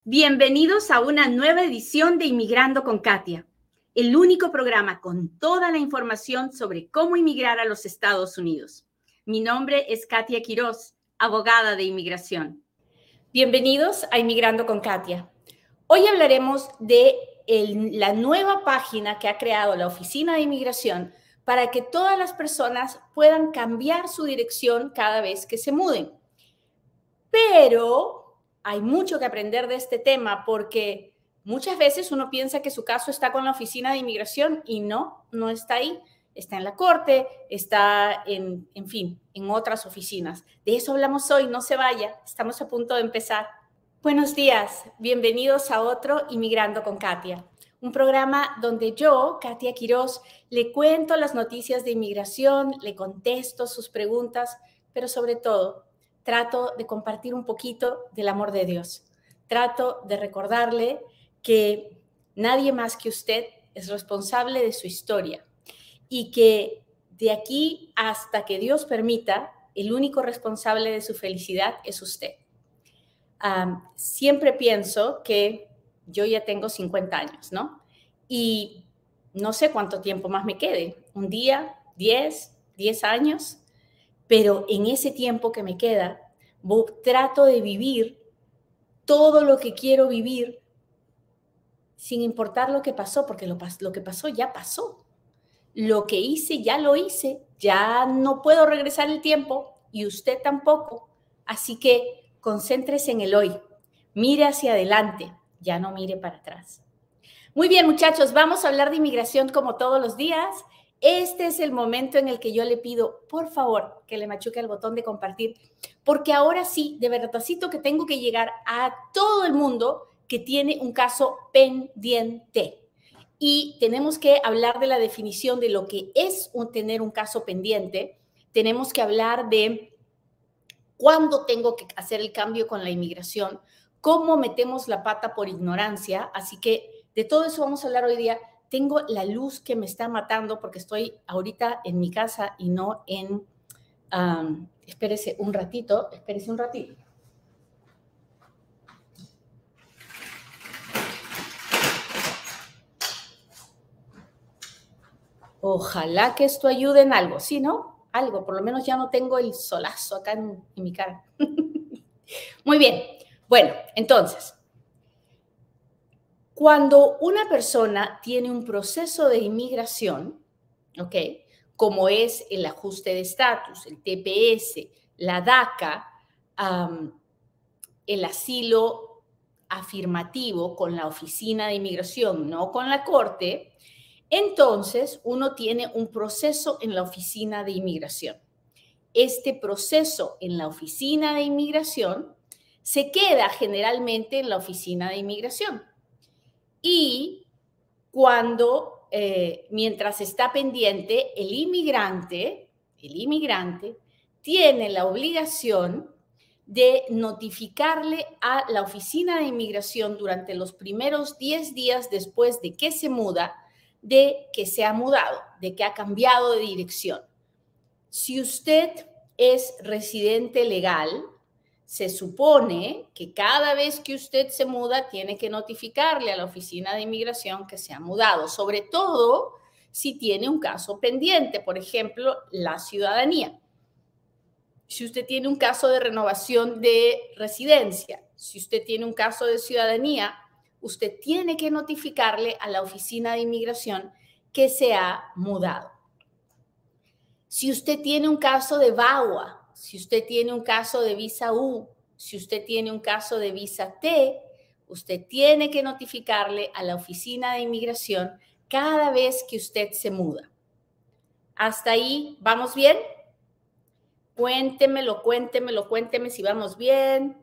Bienvenidos a una nueva edición de Inmigrando con Katia, el único programa con toda la información sobre cómo inmigrar a los Estados Unidos. Mi nombre es Katia Quiroz, abogada de inmigración. Bienvenidos a Inmigrando con Katia. Hoy hablaremos de la nueva página que ha creado la Oficina de Inmigración para que todas las personas puedan cambiar su dirección cada vez que se muden. Pero hay mucho que aprender de este tema porque muchas veces uno piensa que su caso está con la Oficina de Inmigración y no está ahí. Está en la corte, está en otras oficinas. De eso hablamos hoy, no se vaya, estamos a punto de empezar. Buenos días, bienvenidos a otro Inmigrando con Katia, un programa donde yo, Katia Quiroz, le cuento las noticias de inmigración, le contesto sus preguntas, pero sobre todo, trato de compartir un poquito del amor de Dios. Trato de recordarle que nadie más que usted es responsable de su historia y que de aquí hasta que Dios permita, el único responsable de su felicidad es usted. Siempre pienso que yo ya tengo 50 años, ¿no? Y no sé cuánto tiempo más me quede, un día, 10 años, pero en ese tiempo que me queda, trato de vivir todo lo que quiero vivir sin importar lo que pasó, porque lo que pasó ya pasó. Lo que hice ya lo hice, ya no puedo regresar el tiempo y usted tampoco. Así que concéntrese en el hoy, mire hacia adelante, ya no mire para atrás. Muy bien, muchachos, vamos a hablar de inmigración como todos los días. Este es el momento en el que yo le pido, por favor, que le machuque el botón de compartir, porque ahora sí, de verdadcito que tengo que llegar a todo el mundo que tiene un caso pendiente. Y tenemos que hablar de la definición de lo que es tener un caso pendiente. Tenemos que hablar de cuándo tengo que hacer el cambio con la inmigración, cómo metemos la pata por ignorancia. Así que de todo eso vamos a hablar hoy día. Tengo la luz que me está matando porque estoy ahorita en mi casa y no en... espérese un ratito. Ojalá que esto ayude en algo, ¿sí, no? Algo, por lo menos ya no tengo el solazo acá en mi cara. Muy bien, bueno, entonces, cuando una persona tiene un proceso de inmigración, ¿ok? Como es el ajuste de estatus, el TPS, la DACA, el asilo afirmativo con la Oficina de Inmigración, no con la Corte, entonces uno tiene un proceso en la Oficina de Inmigración. Este proceso en la Oficina de Inmigración se queda generalmente en la Oficina de Inmigración. Y mientras está pendiente, el inmigrante tiene la obligación de notificarle a la Oficina de Inmigración durante los primeros 10 días después de que se muda, de que se ha mudado, de que ha cambiado de dirección. Si usted es residente legal, se supone que cada vez que usted se muda tiene que notificarle a la Oficina de Inmigración que se ha mudado, sobre todo si tiene un caso pendiente, por ejemplo, la ciudadanía. Si usted tiene un caso de renovación de residencia, si usted tiene un caso de ciudadanía, usted tiene que notificarle a la Oficina de Inmigración que se ha mudado. Si usted tiene un caso de VAWA, si usted tiene un caso de visa U, si usted tiene un caso de visa T, usted tiene que notificarle a la Oficina de Inmigración cada vez que usted se muda. ¿Hasta ahí vamos bien? Cuéntemelo si vamos bien.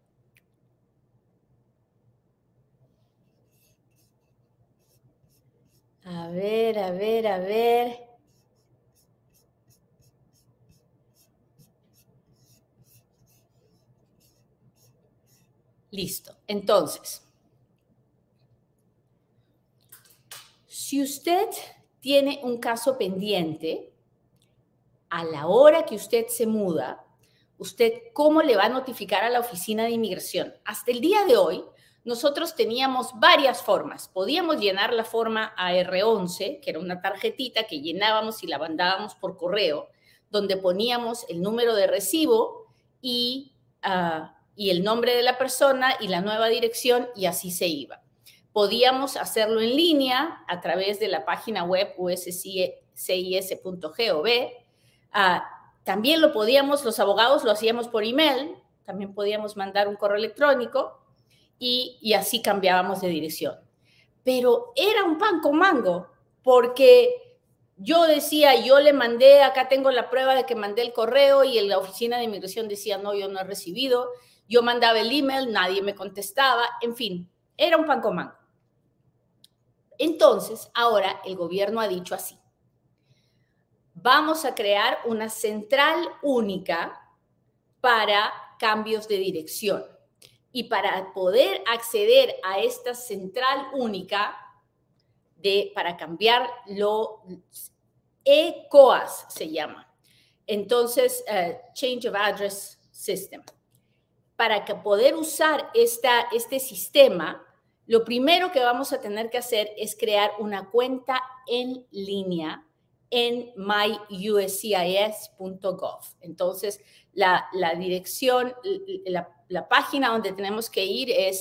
A ver. Listo. Entonces, si usted tiene un caso pendiente, a la hora que usted se muda, ¿usted cómo le va a notificar a la Oficina de Inmigración? Hasta el día de hoy, nosotros teníamos varias formas. Podíamos llenar la forma AR11, que era una tarjetita que llenábamos y la mandábamos por correo, donde poníamos el número de recibo y el nombre de la persona y la nueva dirección, y así se iba. Podíamos hacerlo en línea a través de la página web uscis.gov. También lo podíamos, los abogados lo hacíamos por email, también podíamos mandar un correo electrónico y así cambiábamos de dirección. Pero era un pan con mango, porque yo decía, yo le mandé, acá tengo la prueba de que mandé el correo, y en la oficina de inmigración decía, no, yo no he recibido. Yo mandaba el email, nadie me contestaba, en fin, era un pan con mango. Entonces, ahora el gobierno ha dicho así: vamos a crear una central única para cambios de dirección. Y para poder acceder a esta central única para cambiar ECOAS se llama. Entonces, Change of Address System. Para poder usar este sistema, lo primero que vamos a tener que hacer es crear una cuenta en línea en myuscis.gov. Entonces, la dirección, la página donde tenemos que ir es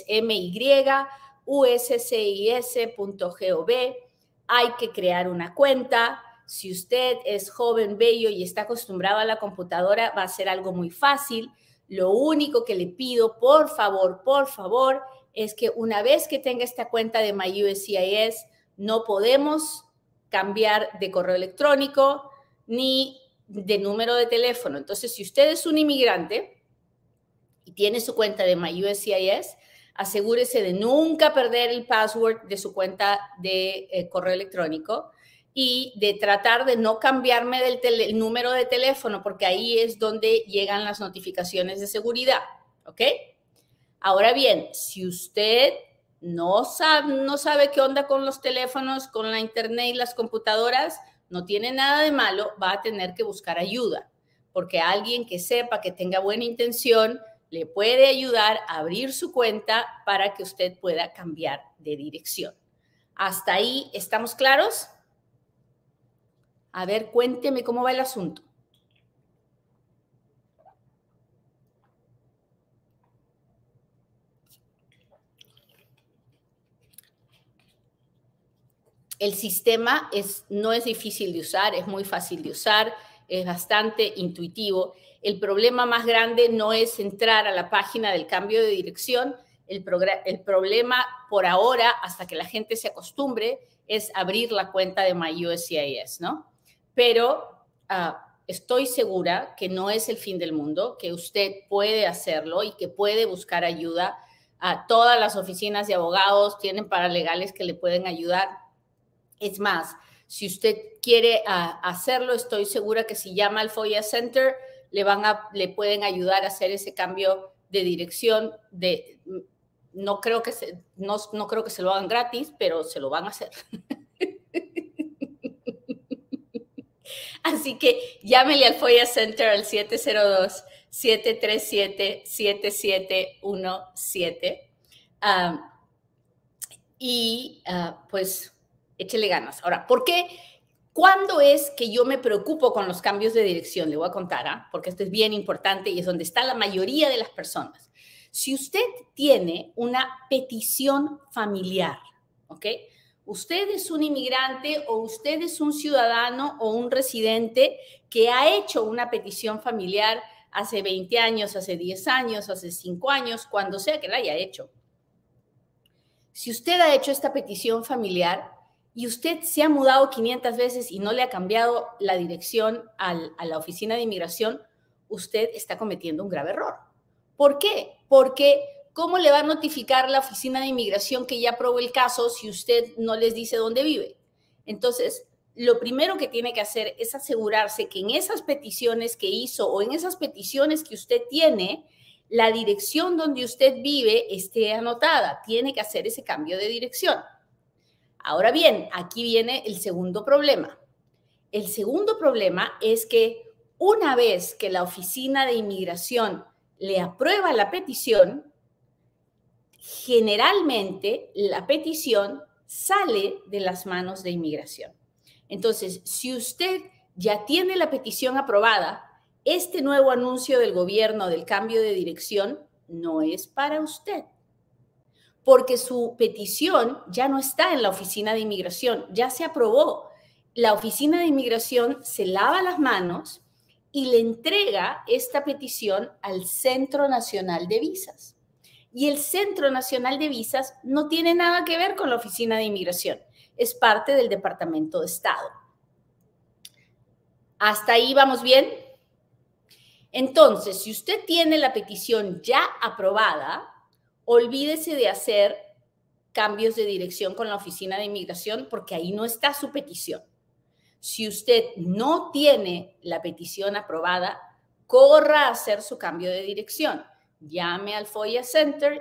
myuscis.gov. Hay que crear una cuenta. Si usted es joven, bello y está acostumbrado a la computadora, va a ser algo muy fácil. Lo único que le pido, por favor, es que una vez que tenga esta cuenta de MyUSCIS, no podemos cambiar de correo electrónico ni de número de teléfono. Entonces, si usted es un inmigrante y tiene su cuenta de MyUSCIS, asegúrese de nunca perder el password de su cuenta de correo electrónico y de tratar de no cambiarme el número de teléfono, porque ahí es donde llegan las notificaciones de seguridad, ¿ok? Ahora bien, si usted no sabe qué onda con los teléfonos, con la internet y las computadoras, no tiene nada de malo, va a tener que buscar ayuda, porque alguien que sepa, que tenga buena intención, le puede ayudar a abrir su cuenta para que usted pueda cambiar de dirección. ¿Hasta ahí estamos claros? A ver, cuénteme cómo va el asunto. El sistema no es difícil de usar, es muy fácil de usar, es bastante intuitivo. El problema más grande no es entrar a la página del cambio de dirección. El problema por ahora, hasta que la gente se acostumbre, es abrir la cuenta de MyUSCIS, ¿no? Pero estoy segura que no es el fin del mundo, que usted puede hacerlo y que puede buscar ayuda. Todas las oficinas de abogados tienen paralegales que le pueden ayudar. Es más, si usted quiere hacerlo, estoy segura que si llama al FOIA Center, le pueden ayudar a hacer ese cambio de dirección. No creo que se lo hagan gratis, pero se lo van a hacer. Así que llámele al FOIA Center al 702-737-7717 pues échele ganas. Ahora, ¿por qué? ¿Cuándo es que yo me preocupo con los cambios de dirección? Le voy a contar, porque esto es bien importante y es donde está la mayoría de las personas. Si usted tiene una petición familiar, ¿ok? Usted es un inmigrante o usted es un ciudadano o un residente que ha hecho una petición familiar hace 20 años, hace 10 años, hace 5 años, cuando sea que la haya hecho. Si usted ha hecho esta petición familiar y usted se ha mudado 500 veces y no le ha cambiado la dirección a la oficina de inmigración, usted está cometiendo un grave error. ¿Por qué? Porque ¿cómo le va a notificar la oficina de inmigración que ya aprobó el caso si usted no les dice dónde vive? Entonces, lo primero que tiene que hacer es asegurarse que en esas peticiones que hizo o en esas peticiones que usted tiene, la dirección donde usted vive esté anotada. Tiene que hacer ese cambio de dirección. Ahora bien, aquí viene el segundo problema. El segundo problema es que una vez que la oficina de inmigración le aprueba la petición, generalmente la petición sale de las manos de inmigración. Entonces, si usted ya tiene la petición aprobada, este nuevo anuncio del gobierno del cambio de dirección no es para usted, porque su petición ya no está en la oficina de inmigración, ya se aprobó. La oficina de inmigración se lava las manos y le entrega esta petición al Centro Nacional de Visas. Y el Centro Nacional de Visas no tiene nada que ver con la oficina de inmigración, es parte del Departamento de Estado. ¿Hasta ahí vamos bien? Entonces, si usted tiene la petición ya aprobada, olvídese de hacer cambios de dirección con la oficina de inmigración porque ahí no está su petición. Si usted no tiene la petición aprobada, corra a hacer su cambio de dirección. Llame al FOIA Center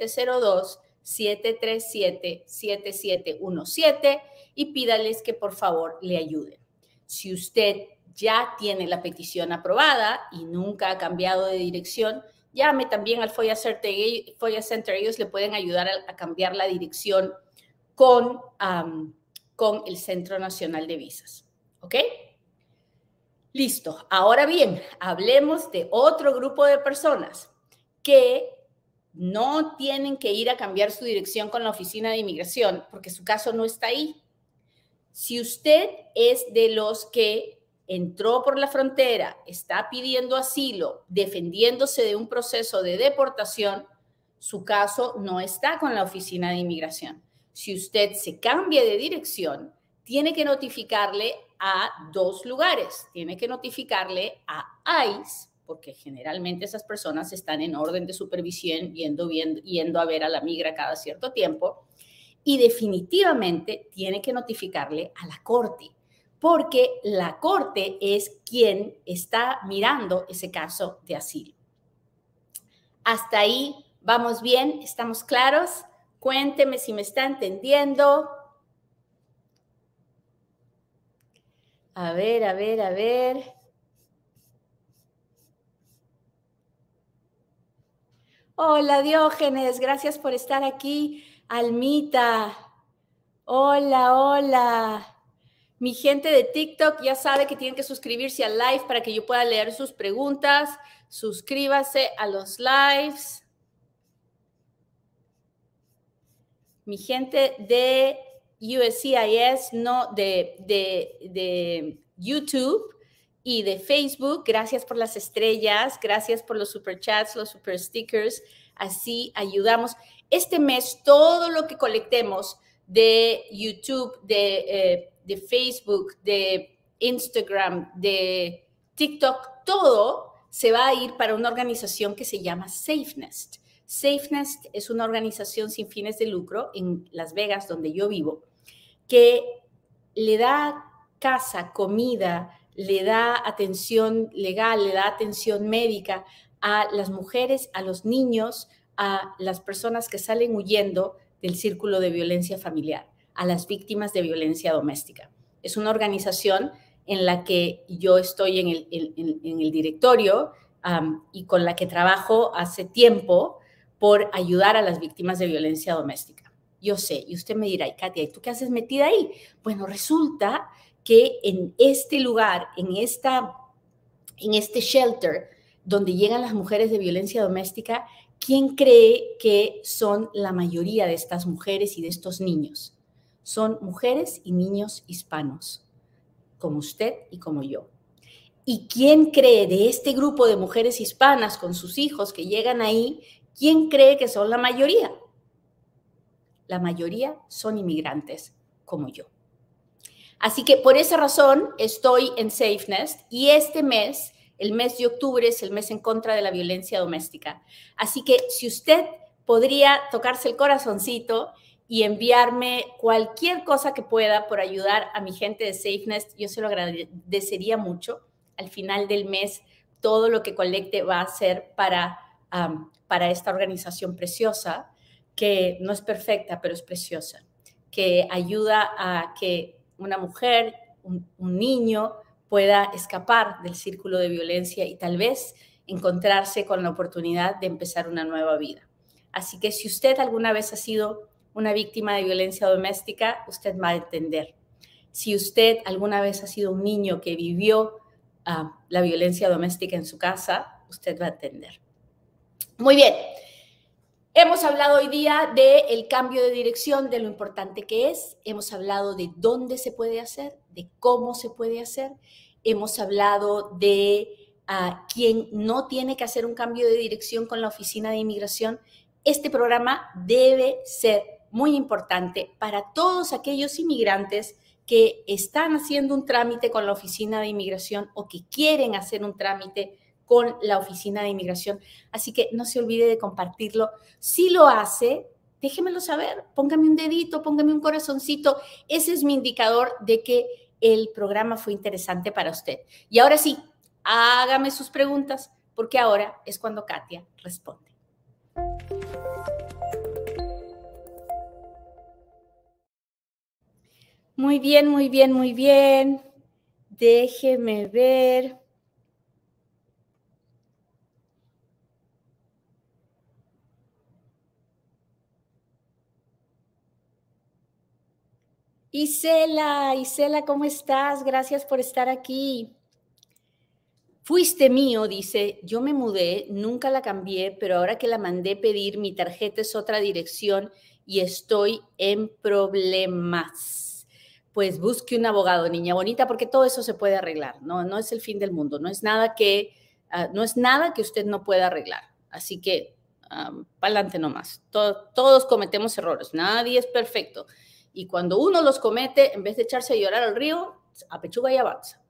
702-737-7717 y pídales que por favor le ayuden. Si usted ya tiene la petición aprobada y nunca ha cambiado de dirección, llame también al FOIA Center. Ellos le pueden ayudar a cambiar la dirección con el Centro Nacional de Visas. ¿Ok? Listo. Ahora bien, hablemos de otro grupo de personas que no tienen que ir a cambiar su dirección con la oficina de inmigración porque su caso no está ahí. Si usted es de los que entró por la frontera, está pidiendo asilo, defendiéndose de un proceso de deportación, su caso no está con la oficina de inmigración. Si usted se cambia de dirección, tiene que notificarle a dos lugares. Tiene que notificarle a ICE, porque generalmente esas personas están en orden de supervisión yendo a ver a la migra cada cierto tiempo. Y definitivamente tiene que notificarle a la corte, porque la corte es quien está mirando ese caso de asilo. Hasta ahí vamos bien, ¿estamos claros? Cuénteme si me está entendiendo. A ver. Hola, Diógenes, gracias por estar aquí. Almita, hola. Mi gente de TikTok ya sabe que tienen que suscribirse al live para que yo pueda leer sus preguntas. Suscríbase a los lives. Mi gente de USCIS, no, de YouTube y de Facebook, gracias por las estrellas, gracias por los super chats, los super stickers, así ayudamos. Este mes todo lo que colectemos de YouTube, de Facebook, de Instagram, de TikTok, todo se va a ir para una organización que se llama SafeNest. SafeNest es una organización sin fines de lucro en Las Vegas, donde yo vivo, que le da casa, comida, le da atención legal, le da atención médica a las mujeres, a los niños, a las personas que salen huyendo del círculo de violencia familiar, a las víctimas de violencia doméstica. Es una organización en la que yo estoy en el directorio y con la que trabajo hace tiempo por ayudar a las víctimas de violencia doméstica. Yo sé, y usted me dirá, y Katia, ¿y tú qué haces metida ahí? Bueno, resulta que en este lugar, en este shelter donde llegan las mujeres de violencia doméstica, ¿quién cree que son la mayoría de estas mujeres y de estos niños? Son mujeres y niños hispanos, como usted y como yo. ¿Y quién cree de este grupo de mujeres hispanas con sus hijos que llegan ahí? ¿Quién cree que son la mayoría? La mayoría son inmigrantes como yo. Así que por esa razón estoy en SafeNest y este mes, el mes de octubre, es el mes en contra de la violencia doméstica. Así que si usted podría tocarse el corazoncito y enviarme cualquier cosa que pueda por ayudar a mi gente de SafeNest, yo se lo agradecería mucho. Al final del mes, todo lo que colecte va a ser para esta organización preciosa, que no es perfecta, pero es preciosa, que ayuda a que una mujer, un niño pueda escapar del círculo de violencia y tal vez encontrarse con la oportunidad de empezar una nueva vida. Así que si usted alguna vez ha sido una víctima de violencia doméstica, usted va a entender. Si usted alguna vez ha sido un niño que vivió la violencia doméstica en su casa, usted va a entender. Muy bien. Hemos hablado hoy día del cambio de dirección, de lo importante que es. Hemos hablado de dónde se puede hacer, de cómo se puede hacer. Hemos hablado de quién no tiene que hacer un cambio de dirección con la Oficina de Inmigración. Este programa debe ser muy importante para todos aquellos inmigrantes que están haciendo un trámite con la Oficina de Inmigración o que quieren hacer un trámite con la Oficina de Inmigración. Así que no se olvide de compartirlo. Si lo hace, déjemelo saber, póngame un dedito, póngame un corazoncito. Ese es mi indicador de que el programa fue interesante para usted. Y ahora sí, hágame sus preguntas, porque ahora es cuando Katia responde. Muy bien, muy bien, muy bien. Déjeme ver. Isela, ¿cómo estás? Gracias por estar aquí. Fuiste mío, dice, yo me mudé, nunca la cambié, pero ahora que la mandé pedir, mi tarjeta es otra dirección y estoy en problemas. Pues busque un abogado, niña bonita, porque todo eso se puede arreglar, no es el fin del mundo, no es nada que usted no pueda arreglar. Así que, pa'lante nomás. Todos cometemos errores, nadie es perfecto. Y cuando uno los comete, en vez de echarse a llorar al río, apechuga y avanza.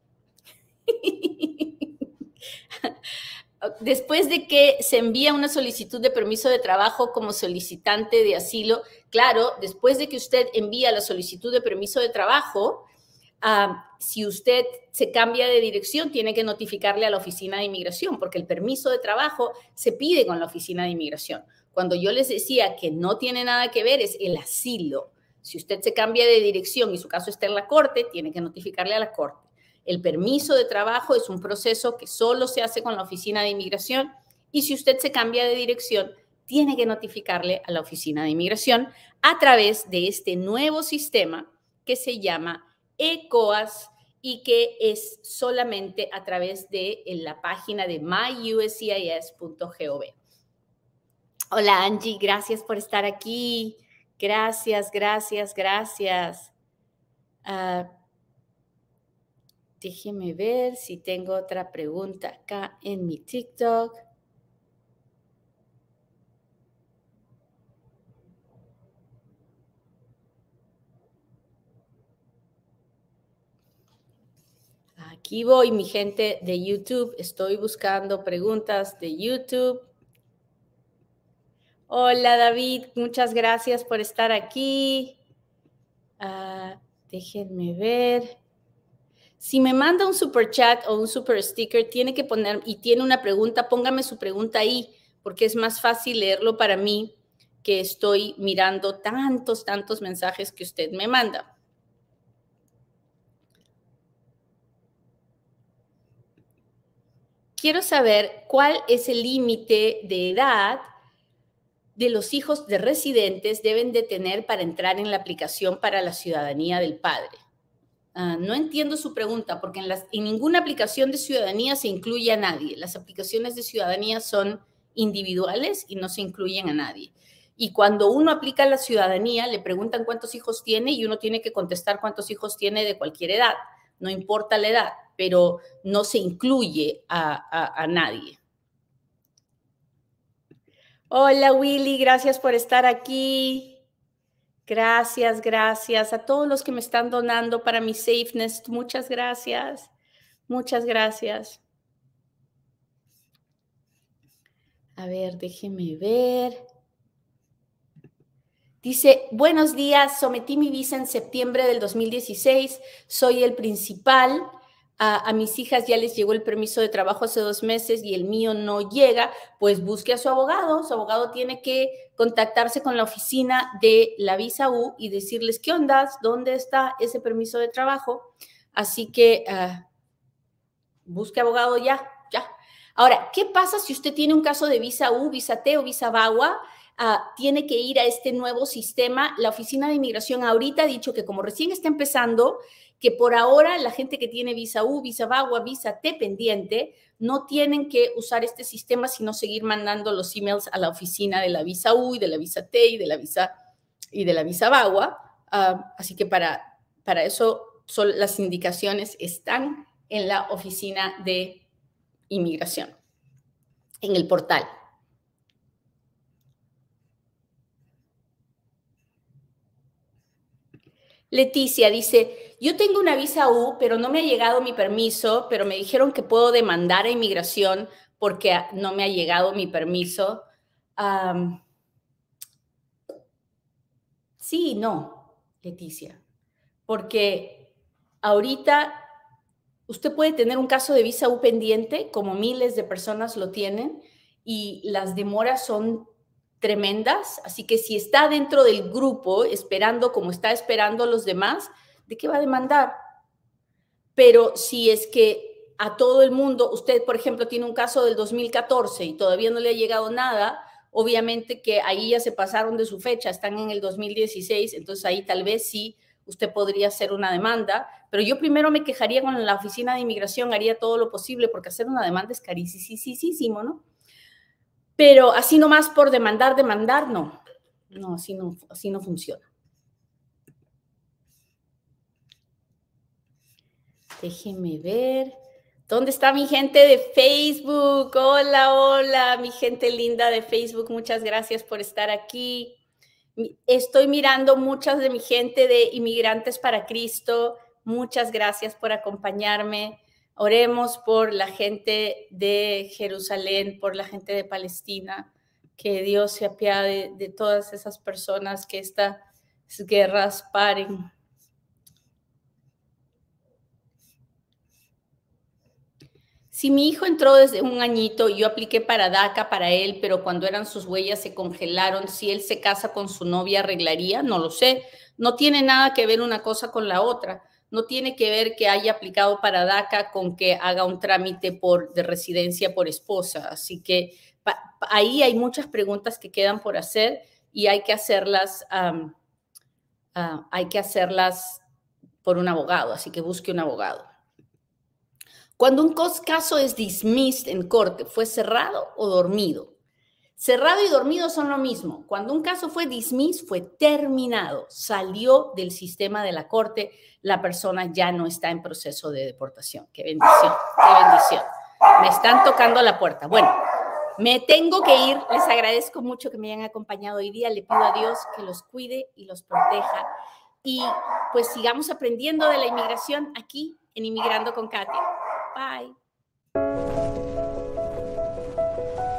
Después de que se envía una solicitud de permiso de trabajo como solicitante de asilo, claro, después de que usted envía la solicitud de permiso de trabajo, si usted se cambia de dirección, tiene que notificarle a la Oficina de Inmigración, porque el permiso de trabajo se pide con la Oficina de Inmigración. Cuando yo les decía que no tiene nada que ver, es el asilo. Si usted se cambia de dirección y su caso está en la corte, tiene que notificarle a la corte. El permiso de trabajo es un proceso que solo se hace con la Oficina de Inmigración y si usted se cambia de dirección, tiene que notificarle a la Oficina de Inmigración a través de este nuevo sistema que se llama ECOAS y que es solamente a través de la página de myuscis.gov. Hola Angie, gracias por estar aquí. Gracias. Déjeme ver si tengo otra pregunta acá en mi TikTok. Aquí voy, mi gente de YouTube. Estoy buscando preguntas de YouTube. Hola, David. Muchas gracias por estar aquí. Déjenme ver. Si me manda un super chat o un super sticker, tiene que poner y tiene una pregunta, póngame su pregunta ahí, porque es más fácil leerlo para mí que estoy mirando tantos mensajes que usted me manda. Quiero saber cuál es el límite de edad de los hijos de residentes deben de tener para entrar en la aplicación para la ciudadanía del padre. No entiendo su pregunta, porque en ninguna aplicación de ciudadanía se incluye a nadie. Las aplicaciones de ciudadanía son individuales y no se incluyen a nadie. Y cuando uno aplica la ciudadanía, le preguntan cuántos hijos tiene y uno tiene que contestar cuántos hijos tiene de cualquier edad. No importa la edad, pero no se incluye a nadie. Hola Willy, gracias por estar aquí. Gracias a todos los que me están donando para mi SafeNest. Muchas gracias. A ver, déjeme ver. Dice, buenos días, sometí mi visa en septiembre del 2016, soy el principal. A mis hijas ya les llegó el permiso de trabajo hace 2 meses y el mío no llega, pues busque a su abogado tiene que contactarse con la oficina de la visa U y decirles, ¿qué onda? ¿Dónde está ese permiso de trabajo? Así que busque abogado ya. Ahora, ¿qué pasa si usted tiene un caso de visa U, visa T o visa VAWA? tiene que ir a este nuevo sistema. La Oficina de Inmigración ahorita ha dicho que como recién está empezando, que por ahora la gente que tiene visa U, visa VAWA, visa T pendiente, no tienen que usar este sistema, sino seguir mandando los emails a la oficina de la visa U y de la visa T y de la visa VAWA. Así que para eso las indicaciones están en la Oficina de Inmigración, en el portal. Leticia dice, yo tengo una visa U, pero no me ha llegado mi permiso, pero me dijeron que puedo demandar a inmigración porque no me ha llegado mi permiso. Sí y no, Leticia, porque ahorita usted puede tener un caso de visa U pendiente, como miles de personas lo tienen, y las demoras son tremendas, así que si está dentro del grupo esperando como está esperando a los demás, ¿de qué va a demandar? Pero si es que a todo el mundo, usted por ejemplo tiene un caso del 2014 y todavía no le ha llegado nada, obviamente que ahí ya se pasaron de su fecha, están en el 2016, entonces ahí tal vez sí usted podría hacer una demanda, pero yo primero me quejaría con la Oficina de Inmigración, haría todo lo posible porque hacer una demanda es carísimo, ¿no? Pero así nomás por demandar, no. No, así no funciona. Déjenme ver. ¿Dónde está mi gente de Facebook? Hola, hola, mi gente linda de Facebook. Muchas gracias por estar aquí. Estoy mirando muchas de mi gente de Inmigrantes para Cristo. Muchas gracias por acompañarme. Oremos por la gente de Jerusalén, por la gente de Palestina. Que Dios se apiade de todas esas personas, que estas guerras paren. Si mi hijo entró desde un añito, yo apliqué para DACA para él, pero cuando eran sus huellas se congelaron, si él se casa con su novia, ¿arreglaría? No lo sé. No tiene nada que ver una cosa con la otra. No tiene que ver que haya aplicado para DACA con que haga un trámite de residencia por esposa. Así que ahí hay muchas preguntas que quedan por hacer y hay que hacerlas por un abogado. Así que busque un abogado. Cuando un caso es dismissed en corte, ¿fue cerrado o dormido? Cerrado y dormido son lo mismo. Cuando un caso fue dismissed, fue terminado, salió del sistema de la corte, la persona ya no está en proceso de deportación. ¡Qué bendición! ¡Qué bendición! Me están tocando la puerta. Bueno, me tengo que ir. Les agradezco mucho que me hayan acompañado hoy día. Le pido a Dios que los cuide y los proteja. Y pues sigamos aprendiendo de la inmigración aquí en Inmigrando con Katia. Bye.